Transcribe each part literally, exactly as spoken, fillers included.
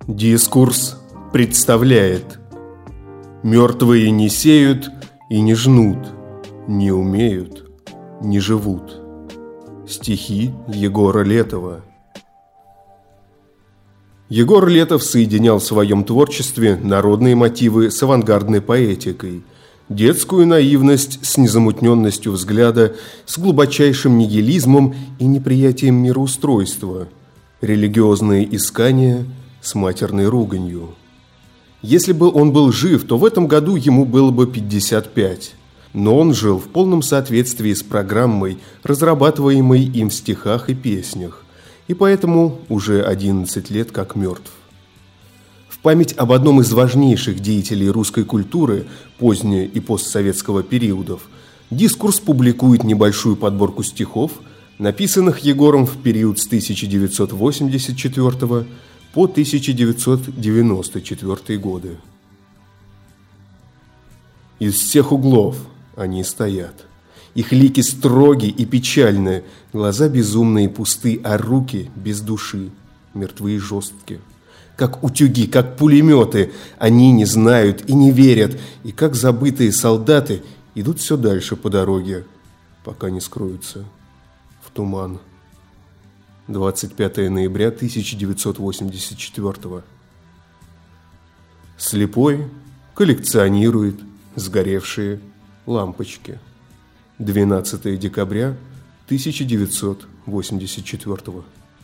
Дискурс представляет: мертвые не сеют и не жнут, не умеют, не живут. Стихи Егора Летова. Егор Летов соединял в своем творчестве народные мотивы с авангардной поэтикой, детскую наивность с незамутненностью взгляда, с глубочайшим нигилизмом и неприятием мироустройства, религиозные искания с матерной руганью. Если бы он был жив, то в этом году ему было бы пятьдесят пять. Но он жил в полном соответствии с программой, разрабатываемой им в стихах и песнях, и поэтому уже одиннадцать лет как мертв. В память об одном из важнейших деятелей русской культуры поздне- и постсоветского периодов «Дискурс» публикует небольшую подборку стихов, написанных Егором в период с тысяча девятьсот восемьдесят четвёртого по тысяча девятьсот девяносто четвёртый годы. Из всех углов они стоят. Их лики строги и печальны, глаза безумные и пусты, а руки без души, мертвые и жесткие. Как утюги, как пулеметы, они не знают и не верят, и как забытые солдаты идут все дальше по дороге, пока не скроются в туман. двадцать пятое ноября тысяча девятьсот восемьдесят четвёртого. Слепой коллекционирует сгоревшие лампочки. двенадцатое декабря тысяча девятьсот восемьдесят четвёртого.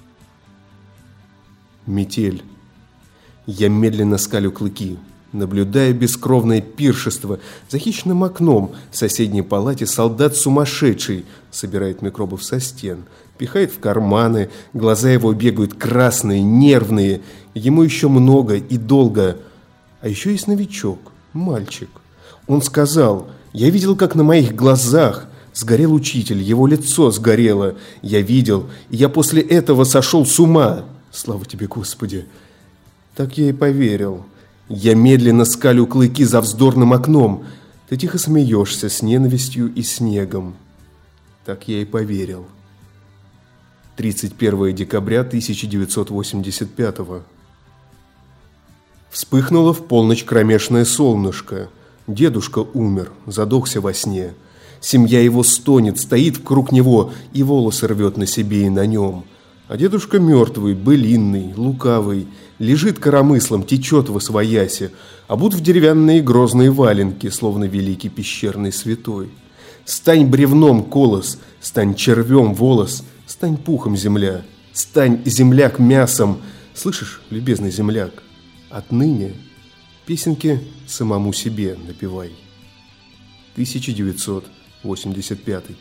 Метель. Я медленно скалю клыки, наблюдая бескровное пиршество. За хищным окном в соседней палате солдат сумасшедший собирает микробов со стен, пихает в карманы, глаза его бегают красные, нервные. Ему еще много и долго. А еще есть новичок, мальчик. Он сказал: «Я видел, как на моих глазах сгорел учитель, его лицо сгорело. Я видел, и я после этого сошел с ума. Слава тебе, Господи!» Так я и поверил. Я медленно скалю клыки за вздорным окном. Ты тихо смеешься с ненавистью и снегом. Так я и поверил. тридцать первое декабря тысяча девятьсот восемьдесят пятого. Вспыхнуло в полночь кромешное солнышко. Дедушка умер, задохся во сне. Семья его стонет, стоит вокруг него и волосы рвет на себе и на нем. А дедушка мертвый, былинный, лукавый, лежит коромыслом, течет восвояси, обут в деревянные грозные валенки, словно великий пещерный святой. Стань бревном, колос, стань червем, волос, стань пухом, земля, стань, земляк, мясом. Слышишь, любезный земляк, отныне песенки самому себе напевай. тысяча девятьсот восемьдесят пятый.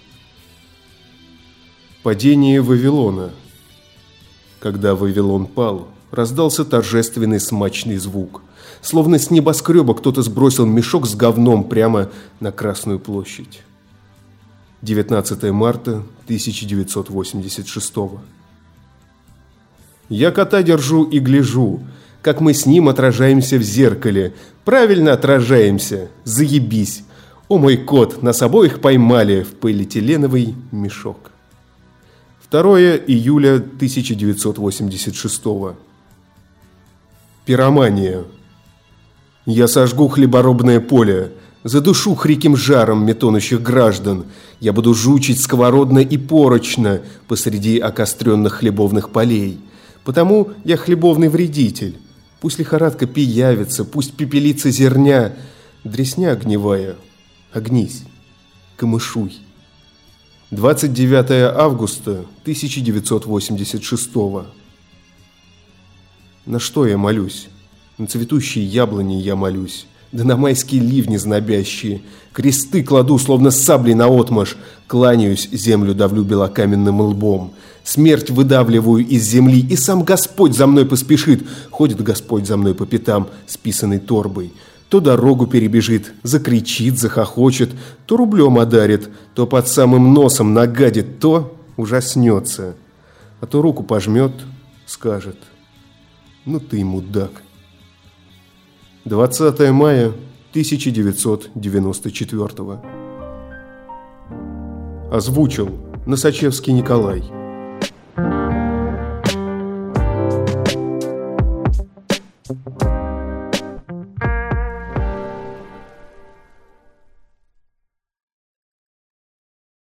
Падение Вавилона. Когда Вавилон пал, раздался торжественный смачный звук. Словно с небоскреба кто-то сбросил мешок с говном прямо на Красную площадь. девятнадцатое марта тысяча девятьсот восемьдесят шестого. Я кота держу и гляжу, как мы с ним отражаемся в зеркале. Правильно отражаемся, заебись. О мой кот, нас обоих поймали в полиэтиленовый мешок. второе июля тысяча девятьсот восемьдесят шестого. Пиромания. Я сожгу хлеборобное поле, задушу хриким жаром метонущих граждан. Я буду жучить сковородно и порочно посреди окостренных хлебовных полей. Потому я хлебовный вредитель. Пусть лихорадка пиявится, пусть пепелится зерня. Дресня огневая, огнись, камышуй. двадцать девятое августа тысяча девятьсот восемьдесят шестого. На что я молюсь? На цветущие яблони я молюсь, да на майские ливни знобящие. Кресты кладу, словно саблей наотмашь, кланяюсь, землю давлю белокаменным лбом. Смерть выдавливаю из земли, и сам Господь за мной поспешит. Ходит Господь за мной по пятам с писаной торбой. То дорогу перебежит, закричит, захохочет, то рублем одарит, то под самым носом нагадит, то ужаснется, а то руку пожмет, скажет: «Ну ты мудак». двадцатое мая тысяча девятьсот девяносто четвёртого. Озвучил Носачевский Николай.